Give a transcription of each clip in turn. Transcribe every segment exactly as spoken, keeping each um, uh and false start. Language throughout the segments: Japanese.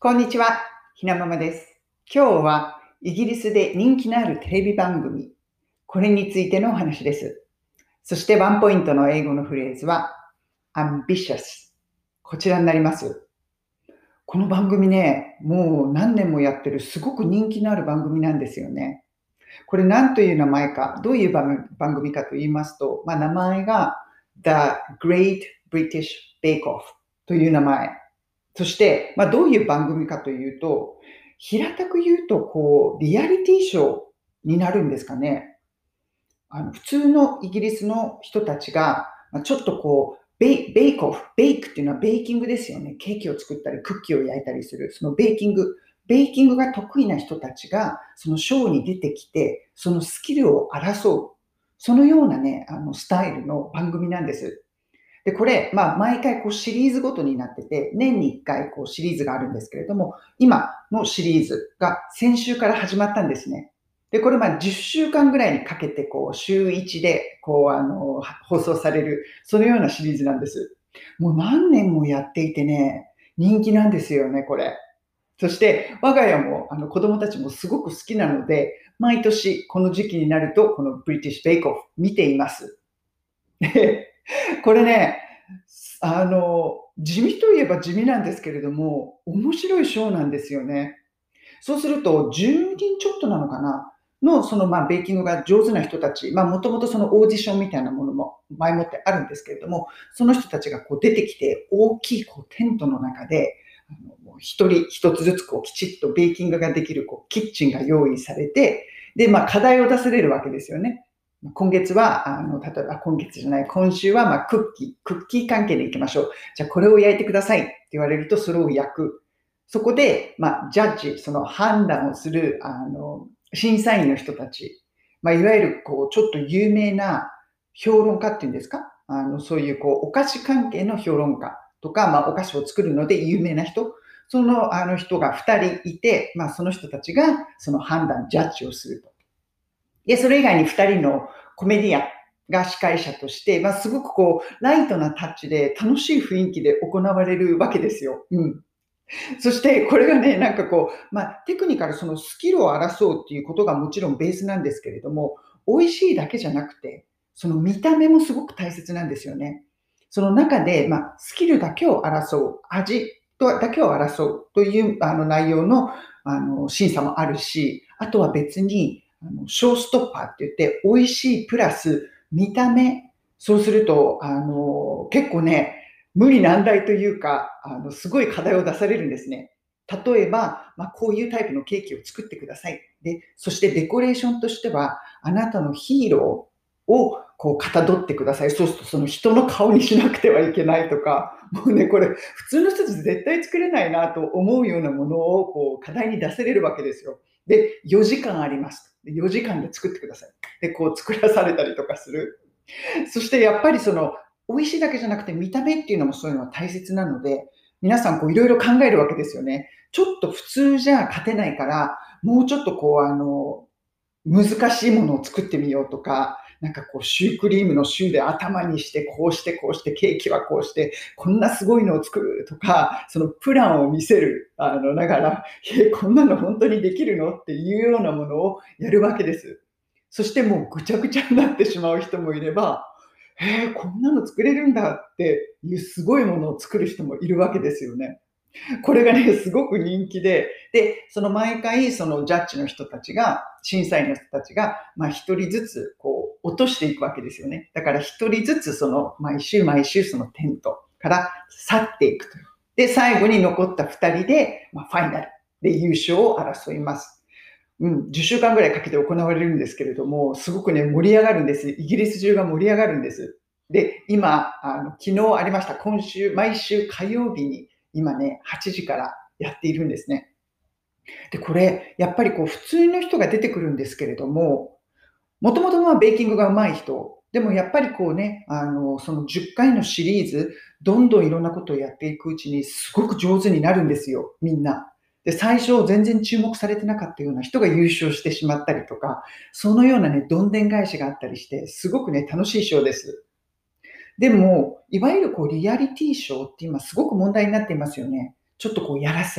こんにちは、ひなままです。今日はイギリスで人気のあるテレビ番組、これについてのお話です。そしてワンポイントの英語のフレーズは ambitious。こちらになります。この番組ね、もう何年もやってるすごく人気のある番組なんですよね。これ何という名前か、どういう番番組かと言いますと、まあ、名前が The Great British Bake Off という名前。そして、まあ、どういう番組かというと、平たく言うと、こう、リアリティショーになるんですかね。あの普通のイギリスの人たちが、まあちょっとこう、ベイベイクオフ、ベイクっていうのはベーキングですよね。ケーキを作ったり、クッキーを焼いたりする、そのベーキング。ベーキングが得意な人たちが、そのショーに出てきて、そのスキルを争う。そのようなね、あの、スタイルの番組なんです。で、これ、まあ、毎回こうシリーズごとになってて、年にいっかいこうシリーズがあるんですけれども、今のシリーズが先週から始まったんですね。で、これまあじゅっしゅうかんぐらいにかけて、こう、週いちで、こう、あの、放送される、そのようなシリーズなんです。もう何年もやっていてね、人気なんですよね、これ。そして、我が家も、あの、子供たちもすごく好きなので、毎年この時期になると、このブリティッシュ・ベイクオフ見ています。でこれね、あの、地味といえば地味なんですけれども、面白いショーなんですよね。そうすると、じゅうにんちょっとなのかなの、その、まあ、ベーキングが上手な人たち、まあ、もともとそのオーディションみたいなものも前もってあるんですけれども、その人たちがこう出てきて、大きいこうテントの中で、あのもう一人一つずつこうきちっとベーキングができるこうキッチンが用意されて、で、まあ、課題を出されるわけですよね。今月は、あの、例えば今月じゃない、今週は、まあ、クッキー、クッキー関係でいきましょう。じゃあ、これを焼いてくださいって言われると、それを焼く。そこで、まあ、ジャッジ、その判断をする、あの、審査員の人たち、まあ、いわゆる、こう、ちょっと有名な評論家っていうんですか、あの、そういう、こう、お菓子関係の評論家とか、まあ、お菓子を作るので有名な人、その、あの人がふたりいて、まあ、その人たちが、その判断、ジャッジをすると。で、それ以外にふたりのコメディアンが司会者として、まあ、すごくこう、ライトなタッチで楽しい雰囲気で行われるわけですよ。うん。そしてこれがね、なんかこう、まあ、テクニカル、そのスキルを争うっていうことがもちろんベースなんですけれども、美味しいだけじゃなくて、その見た目もすごく大切なんですよね。その中で、まあ、スキルだけを争う、味とだけを争うというあの内容のあの審査もあるし、あとは別にあのショーストッパーって言って、美味しいプラス見た目、そうすると、あの、結構ね、無理難題というか、あの、すごい課題を出されるんですね。例えば、まあ、こういうタイプのケーキを作ってください。で、そしてデコレーションとしては、あなたのヒーローをこう、かたどってください。そうすると、その人の顔にしなくてはいけないとか、もうね、これ、普通の人たち絶対作れないなと思うようなものを、こう、課題に出せれるわけですよ。で、よじかんあります。でよじかんで作ってください。で、こう、作らされたりとかする。そしてやっぱりその、美味しいだけじゃなくて見た目っていうのもそういうのは大切なので、皆さんこういろいろ考えるわけですよね。ちょっと普通じゃ勝てないから、もうちょっとこうあの、難しいものを作ってみようとか、なんかこうシュークリームのシューで頭にして、こうしてこうして、ケーキはこうして、こんなすごいのを作るとか、そのプランを見せる。あの、だから、え、こんなの本当にできるのっていうようなものをやるわけです。そしてもうぐちゃぐちゃになってしまう人もいれば、へえ、こんなの作れるんだっていうすごいものを作る人もいるわけですよね。これがね、すごく人気で、で、その毎回、そのジャッジの人たちが、審査員の人たちが、まあ一人ずつ、こう、落としていくわけですよね。だから一人ずつ、その、毎週毎週、そのテントから去っていくという。で、最後に残った二人で、まあファイナルで優勝を争います。うん、じゅっしゅうかんぐらいかけて行われるんですけれども、すごくね、盛り上がるんです。イギリス中が盛り上がるんです。で、今、あの昨日ありました、今週、毎週火曜日に、今ね、はちじからやっているんですね。で、これ、やっぱりこう、普通の人が出てくるんですけれども、もともとはベーキングが上手い人、でもやっぱりこうね、あの、そのじゅっかいのシリーズ、どんどんいろんなことをやっていくうちに、すごく上手になるんですよ、みんな。で、最初全然注目されてなかったような人が優勝してしまったりとか、そのようなね、どんでん返しがあったりして、すごくね、楽しいショーです。でも、いわゆるこうリアリティショーって今すごく問題になっていますよね。ちょっとこうやらせ。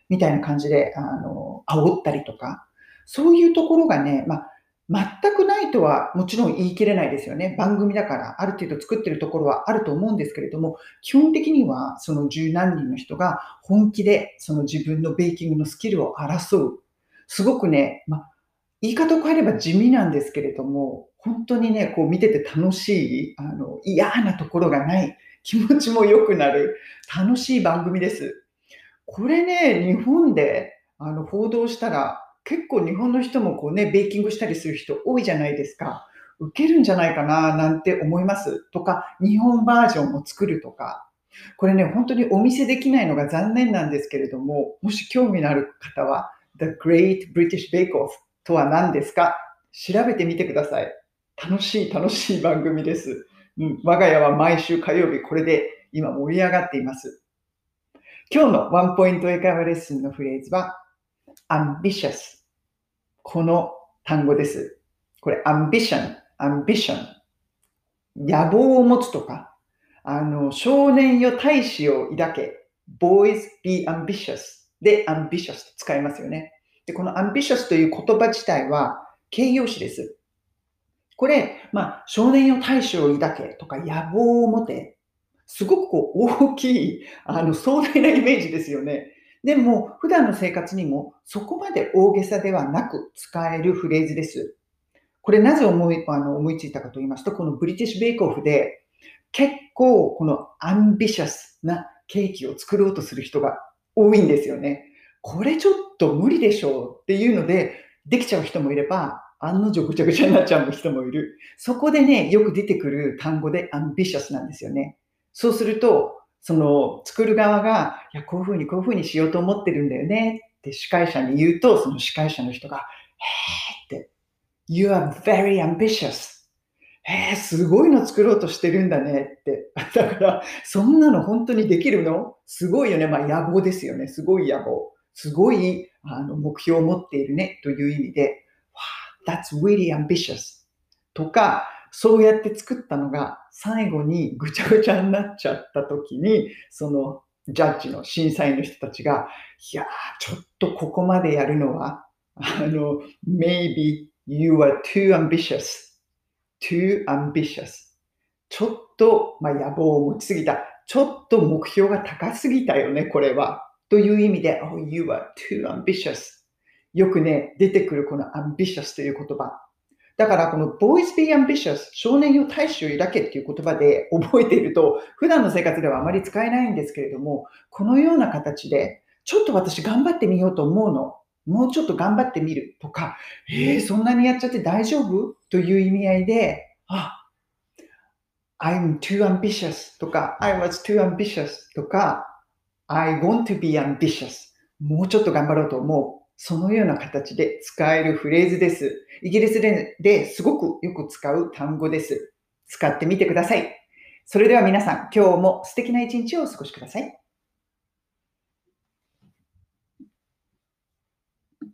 みたいな感じで、あの、煽ったりとか、そういうところがね、まあ、全くないとはもちろん言い切れないですよね。番組だから、ある程度作ってるところはあると思うんですけれども、基本的にはその十何人の人が本気でその自分のベーキングのスキルを争う。すごくね、まあ、言い方を変えれば地味なんですけれども、本当にね、こう見てて楽しい、あの、嫌なところがない、気持ちも良くなる、楽しい番組です。これね、日本であの報道したら、結構日本の人もこうね、ベーキングしたりする人多いじゃないですか。受けるんじゃないかななんて思います。とか、日本バージョンを作るとか。これね、本当にお見せできないのが残念なんですけれども、もし興味のある方は、The Great British Bake Off とは何ですか？調べてみてください。楽しい楽しい番組です。うん、我が家は毎週火曜日これで今盛り上がっています。今日のワンポイント英会話レッスンのフレーズは ambitious。この単語です。これ ambition、ambition。野望を持つとか、あの、少年よ大志を抱け。boys be ambitious で ambitious と使いますよね。で、この ambitious という言葉自体は形容詞です。これ、まあ、少年よ大志を抱けとか野望を持て。すごくこう大きい、あの、壮大なイメージですよね。でも、普段の生活にもそこまで大げさではなく使えるフレーズです。これなぜ思いあの思いついたかと言いますと、このブリティッシュベイクオフで結構このアンビシャスなケーキを作ろうとする人が多いんですよね。これちょっと無理でしょうっていうので、できちゃう人もいれば、案の定ぐちゃぐちゃになっちゃう人もいる。そこでね、よく出てくる単語でアンビシャスなんですよね。そうすると、その作る側が、いや、こういうふうにこういうふうにしようと思ってるんだよねって司会者に言うと、その司会者の人が、へーって、You are very ambitious. へえ、すごいの作ろうとしてるんだねって。だから、そんなの本当にできるのすごいよね。まあ、野望ですよね。すごい野望。すごいあの目標を持っているねという意味で、wow, That's really ambitious. とか、そうやって作ったのが最後にぐちゃぐちゃになっちゃった時に、そのジャッジの審査員の人たちが、いやー、ちょっとここまでやるのは、あの、maybe you are too ambitious.too ambitious. ちょっと、まあ、野望を持ちすぎた。ちょっと目標が高すぎたよね、これは。という意味で、Oh, you are too ambitious. よくね、出てくるこの ambitious という言葉。だからこの boys be ambitious 少年よ大志を抱けっていう言葉で覚えていると、普段の生活ではあまり使えないんですけれども、このような形で、ちょっと私頑張ってみようと思うの。もうちょっと頑張ってみるとか、えー、そんなにやっちゃって大丈夫という意味合いで、あ、I'm too ambitious とか、I was too ambitious とか、I want to be ambitious もうちょっと頑張ろうと思う。そのような形で使えるフレーズです。イギリスでですごくよく使う単語です。使ってみてください。それでは皆さん、今日も素敵な一日をお過ごしください。